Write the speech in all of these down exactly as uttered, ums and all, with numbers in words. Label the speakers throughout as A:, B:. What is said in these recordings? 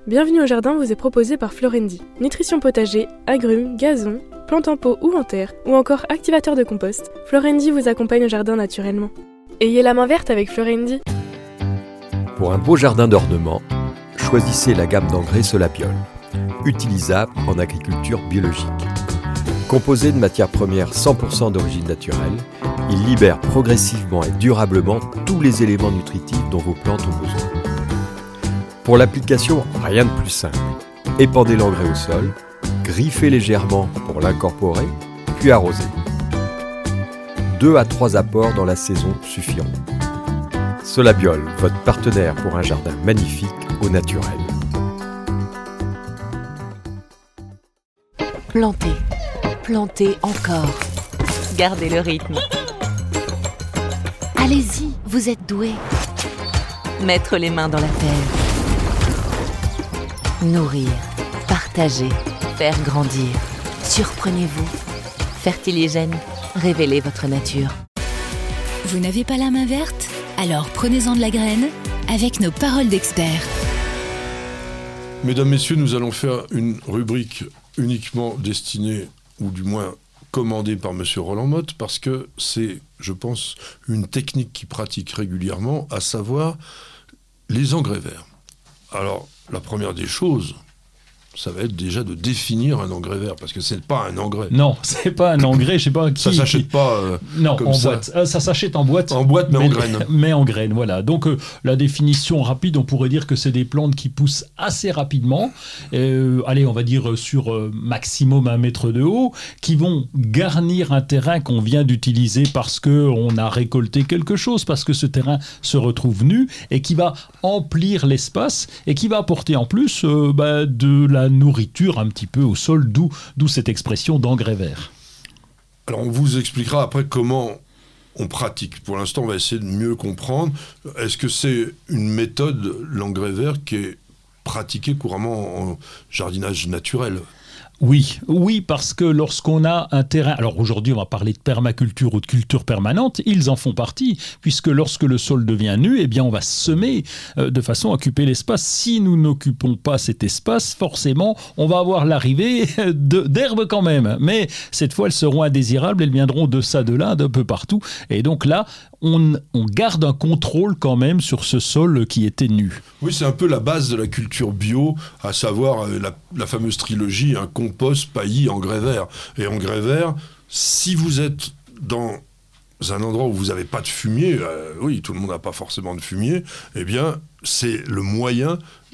A: Bienvenue au jardin vous est proposé par Florendi. Nutrition potager, agrumes, gazon, plantes en pot ou en terre, ou encore activateur de compost, Florendi vous accompagne au jardin naturellement. Ayez la main verte avec Florendi.
B: Pour un beau jardin d'ornement, choisissez la gamme d'engrais Solabiol, utilisable en agriculture biologique. Composé de matières premières cent pour cent d'origine naturelle, il libère progressivement et durablement tous les éléments nutritifs dont vos plantes ont besoin. Pour l'application, rien de plus simple. Épandez l'engrais au sol, griffez légèrement pour l'incorporer, puis arrosez. Deux à trois apports dans la saison suffiront. Solabiol, votre partenaire pour un jardin magnifique au naturel.
C: Plantez, plantez encore. Gardez le rythme. Allez-y, vous êtes doués. Mettre les mains dans la terre. Nourrir, partager, faire grandir. Surprenez-vous. Fertiligène, révélez votre nature.
D: Vous n'avez pas la main verte ? Alors prenez-en de la graine avec nos paroles d'experts.
E: Mesdames, Messieurs, nous allons faire une rubrique uniquement destinée, ou du moins commandée par M. Roland Motte, parce que c'est, je pense, une technique qu'il pratique régulièrement, à savoir les engrais verts. Alors, la première des choses, ça va être déjà de définir un engrais vert, parce que c'est pas un engrais.
F: Non, c'est pas un engrais, je sais pas qui...
E: Ça s'achète pas euh,
F: non,
E: comme
F: en
E: ça.
F: boîte. Euh, ça s'achète en boîte.
E: En boîte, mais, mais en graines.
F: Mais en graines, voilà. Donc, euh, la définition rapide, on pourrait dire que c'est des plantes qui poussent assez rapidement, euh, allez, on va dire sur euh, maximum un mètre de haut, qui vont garnir un terrain qu'on vient d'utiliser parce qu'on a récolté quelque chose, parce que ce terrain se retrouve nu, et qui va emplir l'espace, et qui va apporter en plus euh, bah, de la nourriture un petit peu au sol, d'où, d'où cette expression d'engrais vert.
E: Alors on vous expliquera après comment on pratique. Pour l'instant, on va essayer de mieux comprendre. Est-ce que c'est une méthode, l'engrais vert, qui est pratiquée couramment en jardinage naturel ?
F: Oui, oui, parce que lorsqu'on a un terrain... Alors aujourd'hui, on va parler de permaculture ou de culture permanente. Ils en font partie, puisque lorsque le sol devient nu, eh bien, on va semer euh, de façon à occuper l'espace. Si nous n'occupons pas cet espace, forcément, on va avoir l'arrivée de, d'herbes quand même. Mais cette fois, elles seront indésirables, elles viendront de ça, de là, d'un peu partout. Et donc là, on, on garde un contrôle quand même sur ce sol qui était nu.
E: Oui, c'est un peu la base de la culture bio, à savoir euh, la, la fameuse trilogie, un compost, paillis, engrais vert. Et engrais vert, si vous êtes dans un endroit où vous n'avez pas de fumier, euh, oui, tout le monde n'a pas forcément de fumier, eh bien, c'est le moyen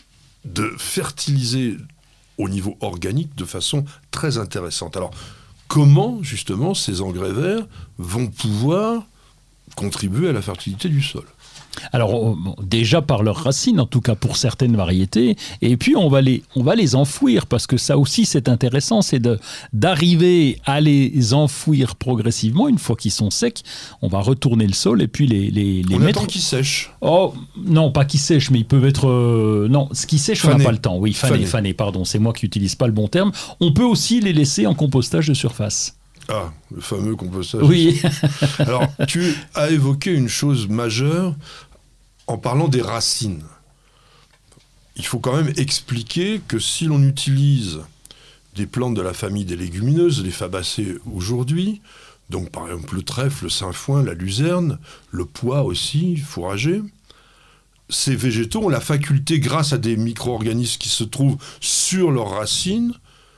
E: de fertiliser au niveau organique de façon très intéressante. Alors, comment, justement, ces engrais verts vont pouvoir contribuer à la fertilité du sol ?
F: Alors bon, déjà par leurs racines, en tout cas pour certaines variétés, et puis on va les, on va les enfouir, parce que ça aussi c'est intéressant, c'est de, d'arriver à les enfouir progressivement. Une fois qu'ils sont secs, on va retourner le sol et puis les, les, les
E: on
F: mettre...
E: On attend qu'ils sèchent.
F: Oh, non, pas qu'ils sèchent, mais ils peuvent être... Euh, non, ce qui sèche, on n'a pas le temps. Oui, fané, fané, fané, pardon, c'est moi qui n'utilise pas le bon terme. On peut aussi les laisser en compostage de surface.
E: Ah, le fameux compostage.
F: Oui.
E: Alors, tu as évoqué une chose majeure en parlant des racines. Il faut quand même expliquer que si l'on utilise des plantes de la famille des légumineuses, les fabacées aujourd'hui, donc par exemple le trèfle, le sainfoin, la luzerne, le pois aussi, fourragé, ces végétaux ont la faculté, grâce à des micro-organismes qui se trouvent sur leurs racines,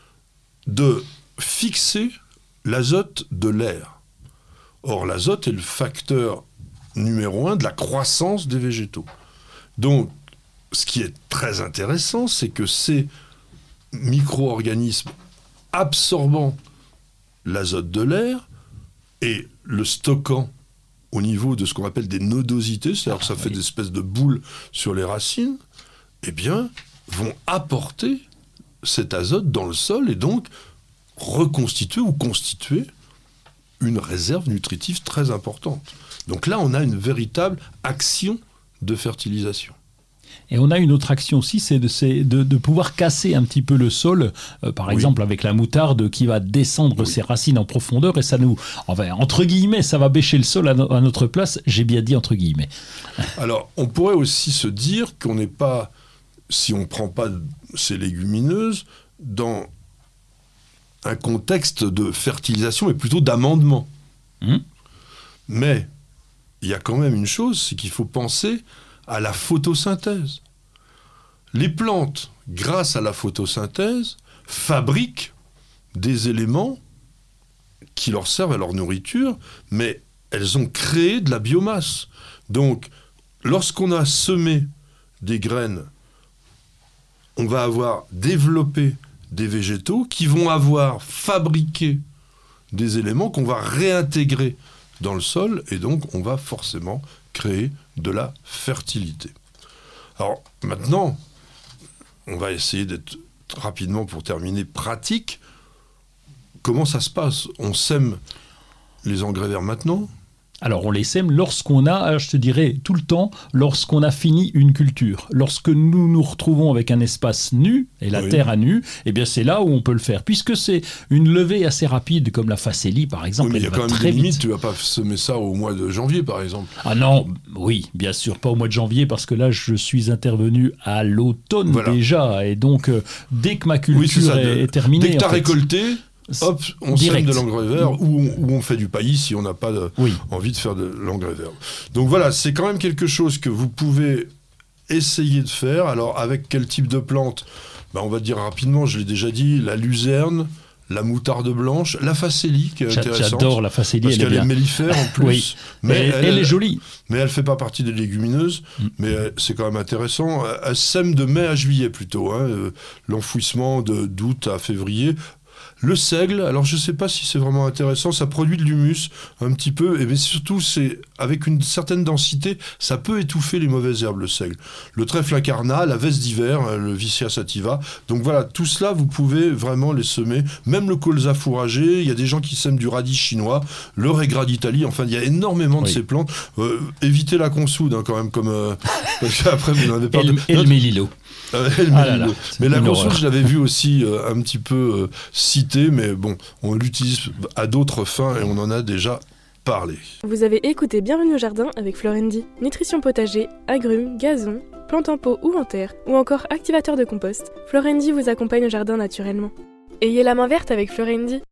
E: de fixer l'azote de l'air. Or, l'azote est le facteur numéro un de la croissance des végétaux. Donc, ce qui est très intéressant, c'est que ces micro-organismes absorbant l'azote de l'air et le stockant au niveau de ce qu'on appelle des nodosités, c'est-à-dire que ça fait des espèces de boules sur les racines, eh bien, vont apporter cet azote dans le sol et donc reconstituer ou constituer une réserve nutritive très importante. Donc là, on a une véritable action de fertilisation.
F: Et on a une autre action aussi, c'est de, c'est de, de pouvoir casser un petit peu le sol, euh, par oui. exemple avec la moutarde qui va descendre oui. ses racines en profondeur et ça nous, enfin, entre guillemets, ça va bêcher le sol à, no- à notre place, j'ai bien dit entre guillemets.
E: Alors, on pourrait aussi se dire qu'on n'est pas si on ne prend pas ces légumineuses dans un contexte de fertilisation, mais plutôt d'amendement. Mmh. Mais il y a quand même une chose, c'est qu'il faut penser à la photosynthèse. Les plantes, grâce à la photosynthèse, fabriquent des éléments qui leur servent à leur nourriture, mais elles ont créé de la biomasse. Donc, lorsqu'on a semé des graines, on va avoir développé des végétaux qui vont avoir fabriqué des éléments qu'on va réintégrer dans le sol, et donc on va forcément créer de la fertilité. Alors maintenant, on va essayer d'être rapidement, pour terminer, pratique. Comment ça se passe ? On sème les engrais verts maintenant ?
F: Alors on les sème lorsqu'on a, je te dirais tout le temps, lorsqu'on a fini une culture. Lorsque nous nous retrouvons avec un espace nu, et la oui. terre à nu, eh bien c'est là où on peut le faire. Puisque c'est une levée assez rapide, comme la facélie par exemple.
E: Oui, mais il y a quand même des limites, tu ne vas pas semer ça au mois de janvier par exemple.
F: Ah non, oui, bien sûr, pas au mois de janvier, parce que là je suis intervenu à l'automne voilà. déjà, et donc euh, dès que ma culture oui, ça, est, de, est terminée...
E: Dès que tu as récolté... Hop, on Direct. sème de l'engrais vert ou on, ou on fait du paillis si on n'a pas de, oui. envie de faire de l'engrais vert. Donc voilà, c'est quand même quelque chose que vous pouvez essayer de faire. Alors avec quel type de plante ? Ben, on va dire rapidement, je l'ai déjà dit, la luzerne, la moutarde blanche, la facélie qui est J'a, intéressante.
F: J'adore la facélie,
E: parce
F: elle
E: qu'elle
F: est, bien.
E: est mellifère en plus.
F: oui.
E: mais
F: elle, elle, elle est jolie.
E: Mais elle ne fait pas partie des légumineuses, mm. mais euh, c'est quand même intéressant. Elle sème de mai à juillet plutôt, hein, euh, l'enfouissement de, d'août à février. Le seigle, alors je ne sais pas si c'est vraiment intéressant, ça produit de l'humus un petit peu, et mais surtout c'est avec une certaine densité, ça peut étouffer les mauvaises herbes, le seigle. Le trèfle incarnat, la veste d'hiver, le Vicia sativa, donc voilà, tout cela vous pouvez vraiment les semer, même le colza fourragé, il y a des gens qui sèment du radis chinois, le raigrad d'Italie, enfin il y a énormément oui. de ces plantes. Euh, évitez la consoude hein, quand même, comme euh, parce qu'après vous n'en avez pas...
F: El,
E: de...
F: El Mélilo.
E: Euh, ah là là, mais la consoude, je l'avais vu aussi euh, un petit peu euh, citée, mais bon, on l'utilise à d'autres fins et on en a déjà parlé.
A: Vous avez écouté Bienvenue au jardin avec Florendi. Nutrition potager, agrumes, gazon, plantes en pot ou en terre, ou encore activateur de compost, Florendi vous accompagne au jardin naturellement. Ayez la main verte avec Florendi.